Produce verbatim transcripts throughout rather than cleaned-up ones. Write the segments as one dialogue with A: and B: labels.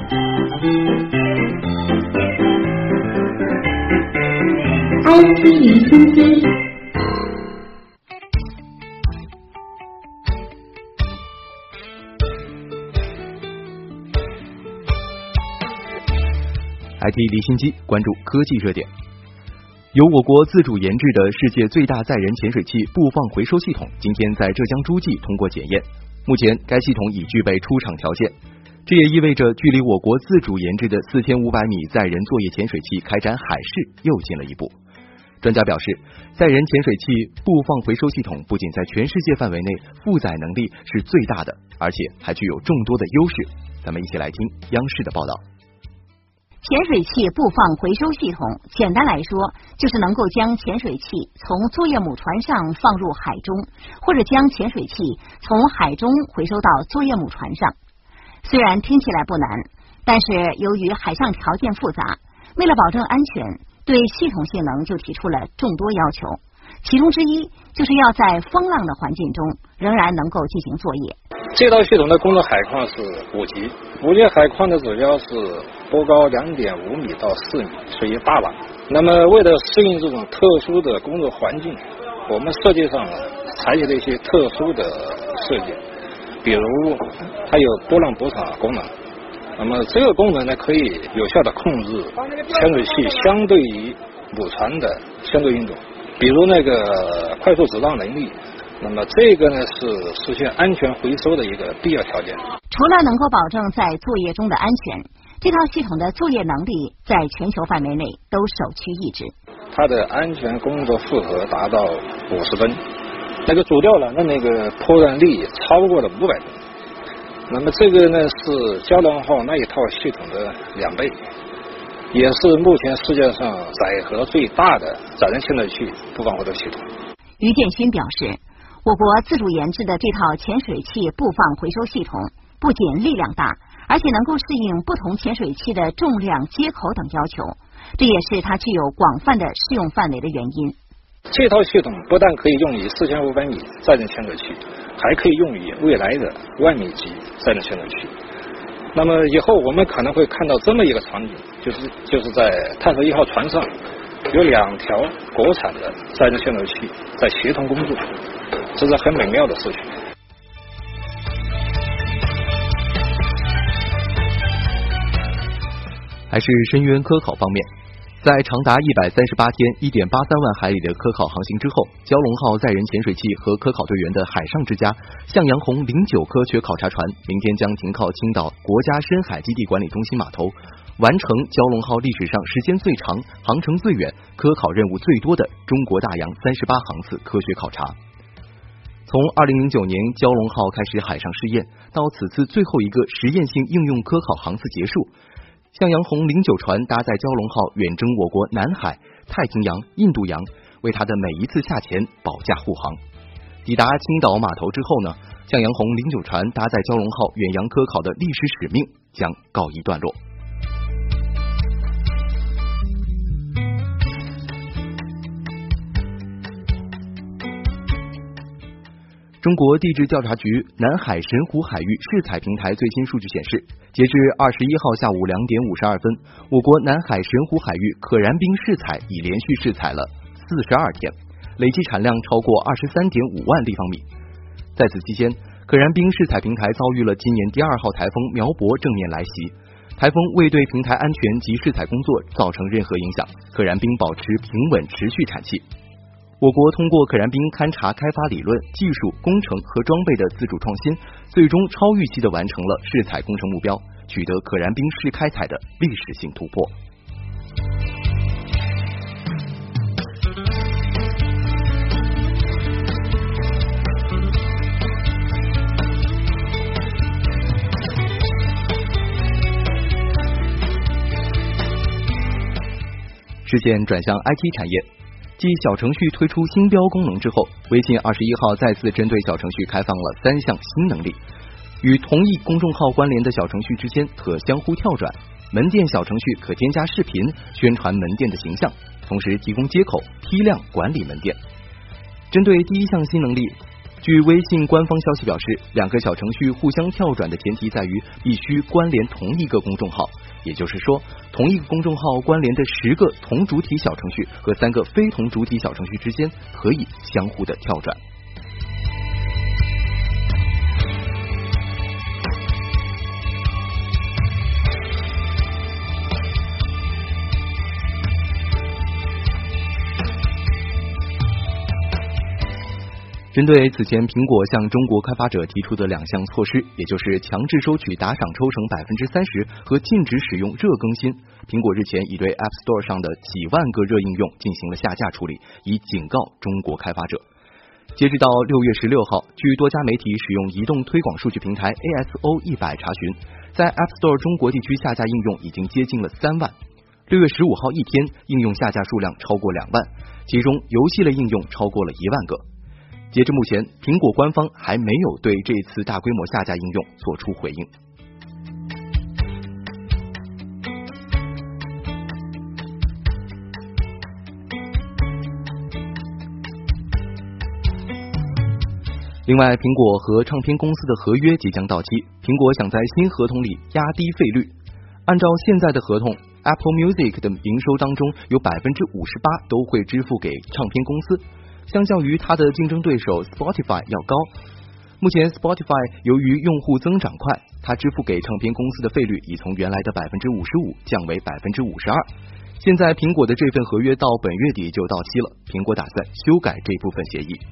A: I T 离心机。
B: I T 离心机，关注科技热点。由我国自主研制的世界最大载人潜水器布放回收系统，今天在浙江诸暨通过检验。目前，该系统已具备出厂条件，这也意味着距离我国自主研制的四千五百米载人作业潜水器开展海试又近了一步。专家表示，载人潜水器布放回收系统不仅在全世界范围内负载能力是最大的，而且还具有众多的优势。咱们一起来听央视的报道。
C: 潜水器布放回收系统，简单来说，就是能够将潜水器从作业母船上放入海中，或者将潜水器从海中回收到作业母船上。虽然听起来不难，但是由于海上条件复杂，为了保证安全，对系统性能就提出了众多要求。其中之一就是要在风浪的环境中仍然能够进行作业。
D: 这套系统的工作海况是五级，五级海况的指标是波高两点五米到四米，水域大网。那么为了适应这种特殊的工作环境，我们设计上采取了一些特殊的设计，比如它有波浪补偿功能。那么这个功能呢，可以有效的控制潜水器相对于母船的相对运动，比如那个快速直浪能力。那么这个呢是实现安全回收的一个必要条件。
C: 除了能够保证在作业中的安全，这套系统的作业能力在全球范围内都首屈一指。
D: 它的安全工作负荷达到五十吨，那个主吊缆的那个破断力超过了五百吨。那么这个呢是蛟龙号那一套系统的两倍，也是目前世界上载荷最大的载人潜水器布放回收系统。
C: 于建勋表示，我国自主研制的这套潜水器布放回收系统不仅力量大，而且能够适应不同潜水器的重量、接口等要求，这也是它具有广泛的适用范围的原因。
D: 这套系统不但可以用于四千五百米载人潜水器，还可以用于未来的万米级载人潜水器。那么以后我们可能会看到这么一个场景，就是就是在探索一号船上有两条国产的载人潜水器在协同工作，这是很美妙的事情。
B: 还是深渊科考方面，在长达一百三十八天、一点八三万海里的科考航行之后，蛟龙号载人潜水器和科考队员的海上之家向阳红零九科学考察船明天将停靠青岛国家深海基地管理中心码头，完成蛟龙号历史上时间最长、航程最远、科考任务最多的中国大洋三十八航次科学考察。从二零零九年蛟龙号开始海上试验，到此次最后一个实验性应用科考航次结束，向阳红零九船搭载蛟龙号远征我国南海、太平洋、印度洋，为它的每一次下潜保驾护航。抵达青岛码头之后呢，向阳红零九船搭载蛟龙号远洋科考的历史使命将告一段落。中国地质调查局南海神湖海域试采平台最新数据显示，截至二十一号下午两点五十二分，我国南海神湖海域可燃冰试采已连续试采了四十二天，累计产量超过二十三点五万立方米。在此期间，可燃冰试采平台遭遇了今年第二号台风苗博正面来袭，台风未对平台安全及试采工作造成任何影响，可燃冰保持平稳持续产气。我国通过可燃冰勘察开发理论、技术、工程和装备的自主创新，最终超预期地完成了试采工程目标，取得可燃冰试开采的历史性突破。视线转向 I T 产业。继小程序推出星标功能之后，微信二十一号再次针对小程序开放了三项新能力。与同一公众号关联的小程序之间可相互跳转，门店小程序可添加视频宣传门店的形象，同时提供接口批量管理门店。针对第一项新能力， 据微信官方消息表示，两个小程序互相跳转的前提在于必须关联同一个公众号，也就是说，同一个公众号关联的十个同主体小程序和三个非同主体小程序之间可以相互的跳转。针对此前苹果向中国开发者提出的两项措施，也就是强制收取打赏抽成百分之三十和禁止使用热更新，苹果日前已对 App Store 上的几万个热应用进行了下架处理，以警告中国开发者。截止到六月十六号，据多家媒体使用移动推广数据平台 A S O 一百查询，在 App Store 中国地区下架应用已经接近了三万。六月十五号一天，应用下架数量超过两万，其中游戏类应用超过了一万个。截至目前，苹果官方还没有对这次大规模下架应用做出回应。另外，苹果和唱片公司的合约即将到期，苹果想在新合同里压低费率。按照现在的合同， Apple Music 的营收当中有百分之五十八都会支付给唱片公司。相较于它的竞争对手 Spotify 要高，目前 Spotify 由于用户增长快，它支付给唱片公司的费率已从原来的百分之五十五降为百分之五十二。现在苹果的这份合约到本月底就到期了，苹果打算修改这部分协议。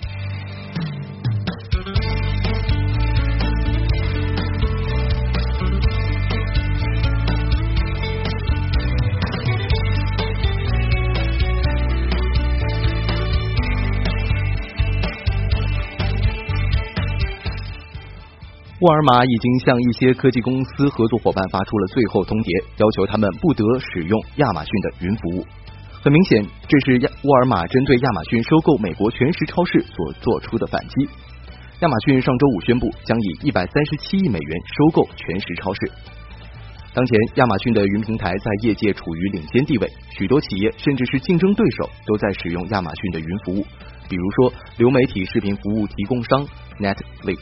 B: 沃尔玛已经向一些科技公司合作伙伴发出了最后通牒，要求他们不得使用亚马逊的云服务。很明显，这是沃尔玛针对亚马逊收购美国全食超市所做出的反击。亚马逊上周五宣布将以一百三十七亿美元收购全食超市。当前，亚马逊的云平台在业界处于领先地位，许多企业甚至是竞争对手都在使用亚马逊的云服务，比如说流媒体视频服务提供商 Netflix。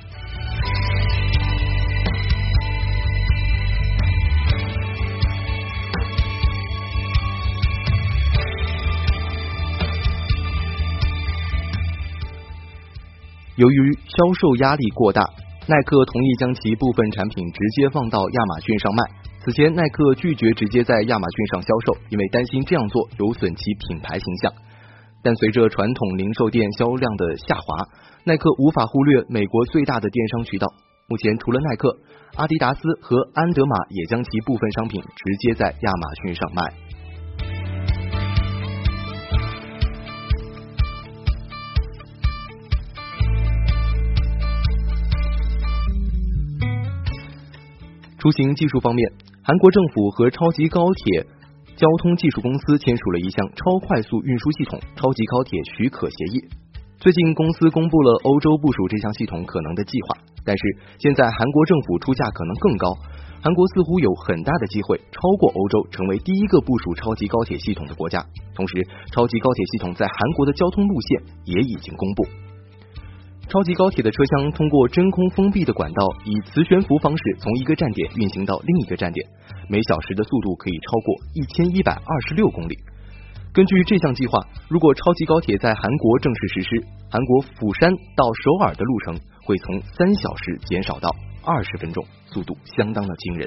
B: 由于销售压力过大，耐克同意将其部分产品直接放到亚马逊上卖。此前，耐克拒绝直接在亚马逊上销售，因为担心这样做有损其品牌形象。但随着传统零售店销量的下滑，耐克无法忽略美国最大的电商渠道。目前，除了耐克，阿迪达斯和安德玛也将其部分商品直接在亚马逊上卖。出行技术方面，韩国政府和超级高铁交通技术公司签署了一项超快速运输系统超级高铁许可协议。最近公司公布了欧洲部署这项系统可能的计划，但是现在韩国政府出价可能更高，韩国似乎有很大的机会超过欧洲，成为第一个部署超级高铁系统的国家。同时，超级高铁系统在韩国的交通路线也已经公布。超级高铁的车厢通过真空封闭的管道，以磁悬浮方式从一个站点运行到另一个站点，每小时的速度可以超过一千一百二十六公里。根据这项计划，如果超级高铁在韩国正式实施，韩国釜山到首尔的路程会从三小时减少到二十分钟，速度相当的惊人。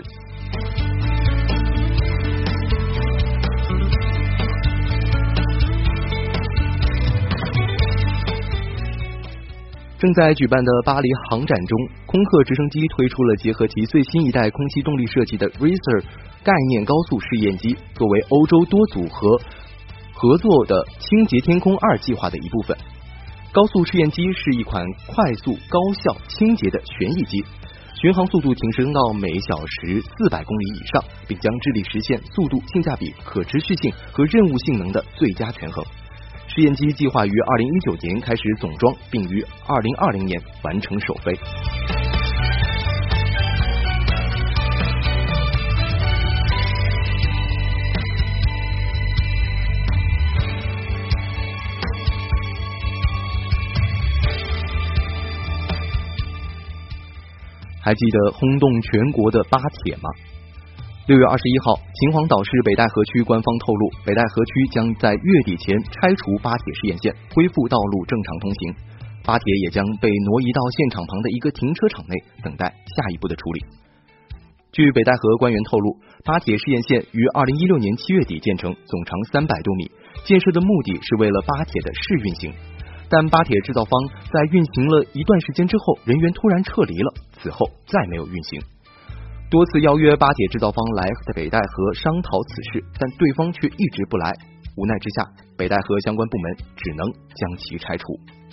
B: 正在举办的巴黎航展中，空客直升机推出了结合其最新一代空气动力设计的 Racer 概念高速试验机，作为欧洲多组合合作的清洁天空二计划的一部分。高速试验机是一款快速、高效、清洁的旋翼机，巡航速度提升到每小时四百公里以上，并将致力实现速度、性价比、可持续性和任务性能的最佳权衡。试验机计划于二零一九年开始总装，并于二零二零年完成首飞。 还记得轰动全国的巴铁吗？六月二十一号，秦皇岛市北戴河区官方透露，北戴河区将在月底前拆除巴铁试验线，恢复道路正常通行。巴铁也将被挪移到现场旁的一个停车场内，等待下一步的处理。据北戴河官员透露，巴铁试验线于二零一六年七月底建成，总长三百多米，建设的目的是为了巴铁的试运行。但巴铁制造方在运行了一段时间之后，人员突然撤离了，此后再没有运行。多次邀约巴铁制造方来北戴河商讨此事，但对方却一直不来。无奈之下，北戴河相关部门只能将其拆除。